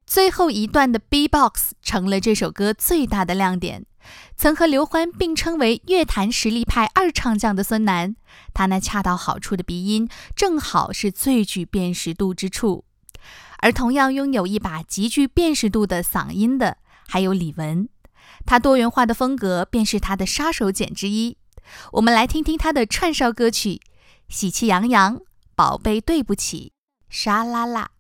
最后一段的 B-box 成了这首歌最大的亮点。曾和刘欢并称为乐坛实力派二唱将的孙楠，他那恰到好处的鼻音正好是最具辨识度之处。而同样拥有一把极具辨识度的嗓音的还有李玟，他多元化的风格便是他的杀手锏之一。我们来听听他的串烧歌曲《喜气洋洋》、宝贝对不起、沙啦啦。